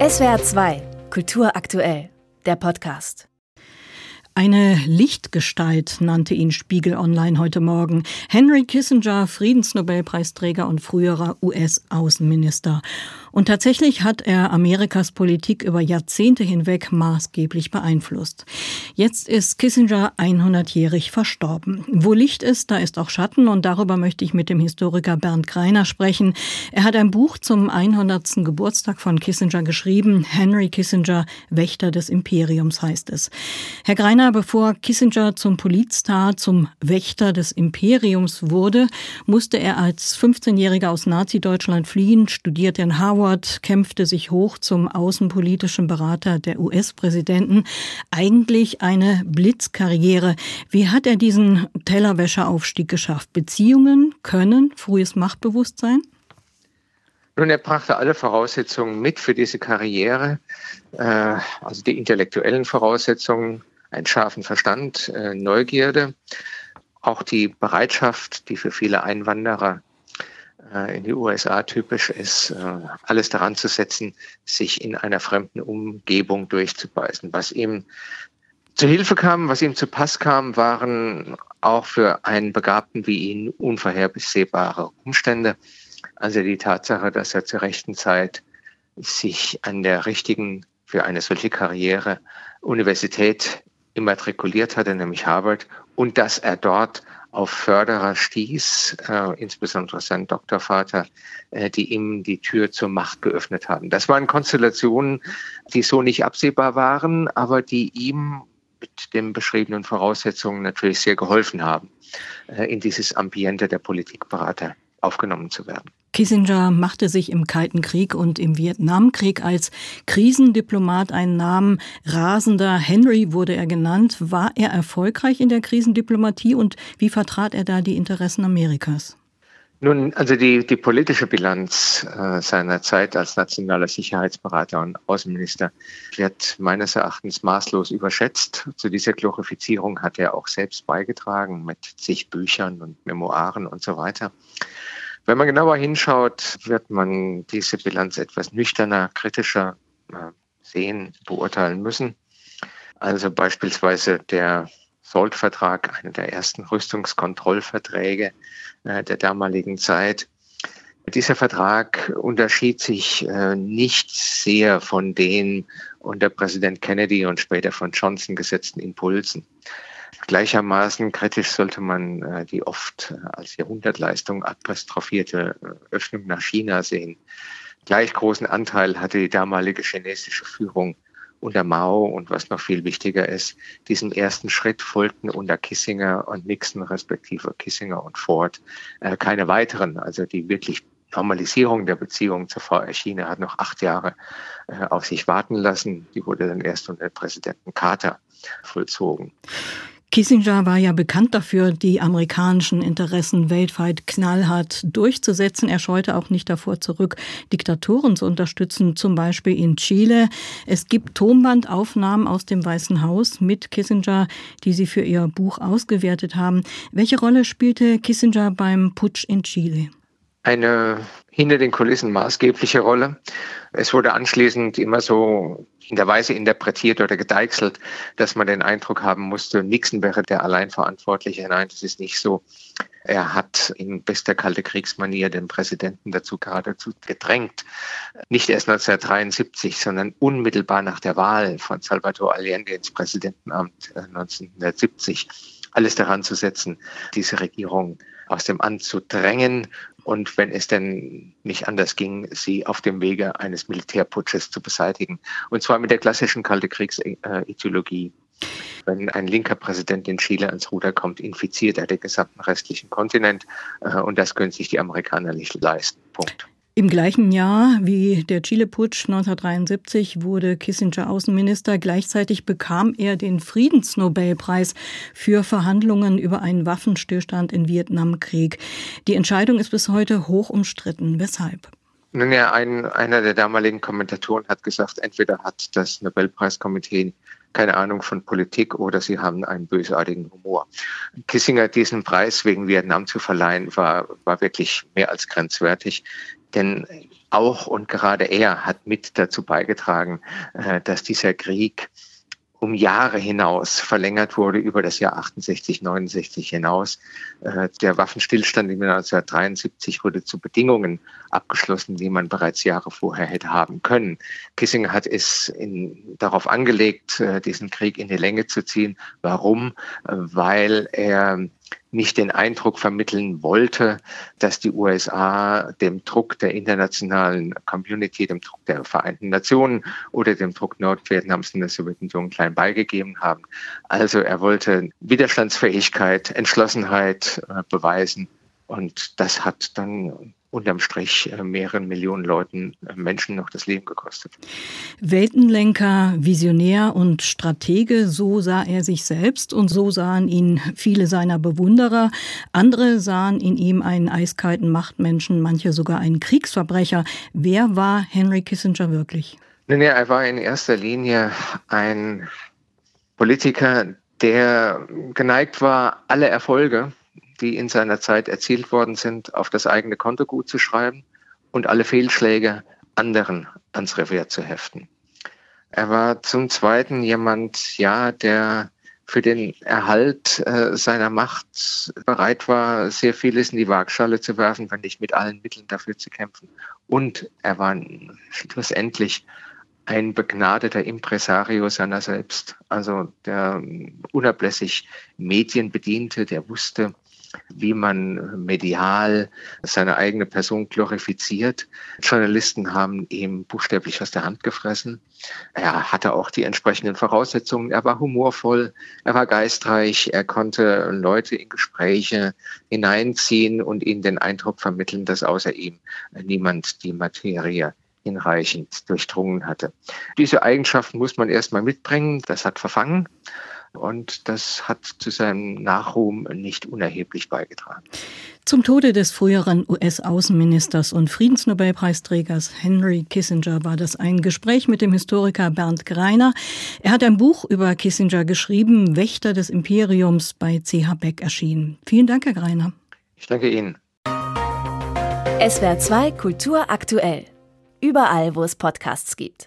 SWR 2, Kultur aktuell, der Podcast. Eine Lichtgestalt nannte ihn Spiegel Online heute Morgen. Henry Kissinger, Friedensnobelpreisträger und früherer US-Außenminister. Und tatsächlich hat er Amerikas Politik über Jahrzehnte hinweg maßgeblich beeinflusst. Jetzt ist Kissinger 100-jährig verstorben. Wo Licht ist, da ist auch Schatten, und darüber möchte ich mit dem Historiker Bernd Greiner sprechen. Er hat ein Buch zum 100. Geburtstag von Kissinger geschrieben. Henry Kissinger, Wächter des Imperiums heißt es. Herr Greiner, bevor Kissinger zum Politstar, zum Wächter des Imperiums wurde, musste er als 15-Jähriger aus Nazi-Deutschland fliehen, studierte in Harvard, kämpfte sich hoch zum außenpolitischen Berater der US-Präsidenten. Eigentlich eine Blitzkarriere. Wie hat er diesen Tellerwäscheraufstieg geschafft? Beziehungen, Können, frühes Machtbewusstsein? Nun, er brachte alle Voraussetzungen mit für diese Karriere, also die intellektuellen Voraussetzungen, einen scharfen Verstand, Neugierde, auch die Bereitschaft, die für viele Einwanderer in die USA typisch ist, alles daran zu setzen, sich in einer fremden Umgebung durchzubeißen. Was ihm zu Hilfe kam, was ihm zu Pass kam, waren auch für einen Begabten wie ihn unvorhersehbare Umstände. Also die Tatsache, dass er zur rechten Zeit sich an der richtigen, für eine solche Karriere, Universität immatrikuliert hatte, nämlich Harvard, und dass er dort auf Förderer stieß, insbesondere sein Doktorvater, die ihm die Tür zur Macht geöffnet haben. Das waren Konstellationen, die so nicht absehbar waren, aber die ihm mit den beschriebenen Voraussetzungen natürlich sehr geholfen haben, in dieses Ambiente der Politikberater aufgenommen zu werden. Kissinger machte sich im Kalten Krieg und im Vietnamkrieg als Krisendiplomat einen Namen. Rasender Henry wurde er genannt. War er erfolgreich in der Krisendiplomatie und wie vertrat er da die Interessen Amerikas? Nun, also die politische Bilanz seiner Zeit als nationaler Sicherheitsberater und Außenminister wird meines Erachtens maßlos überschätzt. Zu dieser Glorifizierung hat er auch selbst beigetragen mit zig Büchern und Memoiren und so weiter. Wenn man genauer hinschaut, wird man diese Bilanz etwas nüchterner, kritischer sehen, beurteilen müssen. Also beispielsweise der SALT-Vertrag, einer der ersten Rüstungskontrollverträge der damaligen Zeit. Dieser Vertrag unterschied sich nicht sehr von den unter Präsident Kennedy und später von Johnson gesetzten Impulsen. Gleichermaßen kritisch sollte man die oft als Jahrhundertleistung apostrophierte Öffnung nach China sehen. Gleich großen Anteil hatte die damalige chinesische Führung unter Mao und was noch viel wichtiger ist, diesem ersten Schritt folgten unter Kissinger und Nixon, respektive Kissinger und Ford, keine weiteren. Also die wirklich Normalisierung der Beziehungen zur VR China hat noch 8 Jahre auf sich warten lassen. Die wurde dann erst unter Präsidenten Carter vollzogen. Kissinger war ja bekannt dafür, die amerikanischen Interessen weltweit knallhart durchzusetzen. Er scheute auch nicht davor zurück, Diktatoren zu unterstützen, zum Beispiel in Chile. Es gibt Tonbandaufnahmen aus dem Weißen Haus mit Kissinger, die Sie für Ihr Buch ausgewertet haben. Welche Rolle spielte Kissinger beim Putsch in Chile? Eine hinter den Kulissen maßgebliche Rolle. Es wurde anschließend immer so in der Weise interpretiert oder gedeichselt, dass man den Eindruck haben musste, Nixon wäre der Alleinverantwortliche. Nein, das ist nicht so. Er hat in bester Kalte Kriegsmanier den Präsidenten dazu geradezu gedrängt, nicht erst 1973, sondern unmittelbar nach der Wahl von Salvador Allende ins Präsidentenamt 1970, alles daran zu setzen, diese Regierung aus dem Amt zu drängen und wenn es denn nicht anders ging, sie auf dem Wege eines Militärputsches zu beseitigen. Und zwar mit der klassischen Kalte Kriegsideologie. Wenn ein linker Präsident in Chile ans Ruder kommt, infiziert er den gesamten restlichen Kontinent und das können sich die Amerikaner nicht leisten. Punkt. Im gleichen Jahr wie der Chile-Putsch 1973 wurde Kissinger Außenminister. Gleichzeitig bekam er den Friedensnobelpreis für Verhandlungen über einen Waffenstillstand im Vietnamkrieg. Die Entscheidung ist bis heute hoch umstritten. Weshalb? Nun ja, einer der damaligen Kommentatoren hat gesagt, entweder hat das Nobelpreiskomitee keine Ahnung von Politik oder sie haben einen bösartigen Humor. Kissinger diesen Preis wegen Vietnam zu verleihen, war wirklich mehr als grenzwertig. Denn auch und gerade er hat mit dazu beigetragen, dass dieser Krieg um Jahre hinaus verlängert wurde, über das Jahr 68, 69 hinaus. Der Waffenstillstand im Jahr 1973 wurde zu Bedingungen abgeschlossen, die man bereits Jahre vorher hätte haben können. Kissinger hat es darauf angelegt, diesen Krieg in die Länge zu ziehen. Warum? Weil er nicht den Eindruck vermitteln wollte, dass die USA dem Druck der internationalen Community, dem Druck der Vereinten Nationen oder dem Druck Nordvietnams und der Sowjetunion klein beigegeben haben. Also er wollte Widerstandsfähigkeit, Entschlossenheit beweisen und das hat dann unterm Strich mehreren Millionen Menschen noch das Leben gekostet. Weltenlenker, Visionär und Stratege, so sah er sich selbst und so sahen ihn viele seiner Bewunderer. Andere sahen in ihm einen eiskalten Machtmenschen, manche sogar einen Kriegsverbrecher. Wer war Henry Kissinger wirklich? Er war in erster Linie ein Politiker, der geneigt war, alle Erfolge, die in seiner Zeit erzielt worden sind, auf das eigene Konto gut zu schreiben und alle Fehlschläge anderen ans Revier zu heften. Er war zum Zweiten jemand, der für den Erhalt seiner Macht bereit war, sehr vieles in die Waagschale zu werfen, wenn nicht mit allen Mitteln dafür zu kämpfen. Und er war schlussendlich ein begnadeter Impresario seiner selbst, also der unablässig Medien bediente, der wusste, wie man medial seine eigene Person glorifiziert. Journalisten haben ihm buchstäblich aus der Hand gefressen. Er hatte auch die entsprechenden Voraussetzungen. Er war humorvoll, er war geistreich, er konnte Leute in Gespräche hineinziehen und ihnen den Eindruck vermitteln, dass außer ihm niemand die Materie hinreichend durchdrungen hatte. Diese Eigenschaften muss man erstmal mitbringen. Das hat verfangen. Und das hat zu seinem Nachruhm nicht unerheblich beigetragen. Zum Tode des früheren US-Außenministers und Friedensnobelpreisträgers Henry Kissinger war das ein Gespräch mit dem Historiker Bernd Greiner. Er hat ein Buch über Kissinger geschrieben, Wächter des Imperiums, bei CH Beck erschienen. Vielen Dank, Herr Greiner. Ich danke Ihnen. SWR 2 Kultur aktuell. Überall, wo es Podcasts gibt.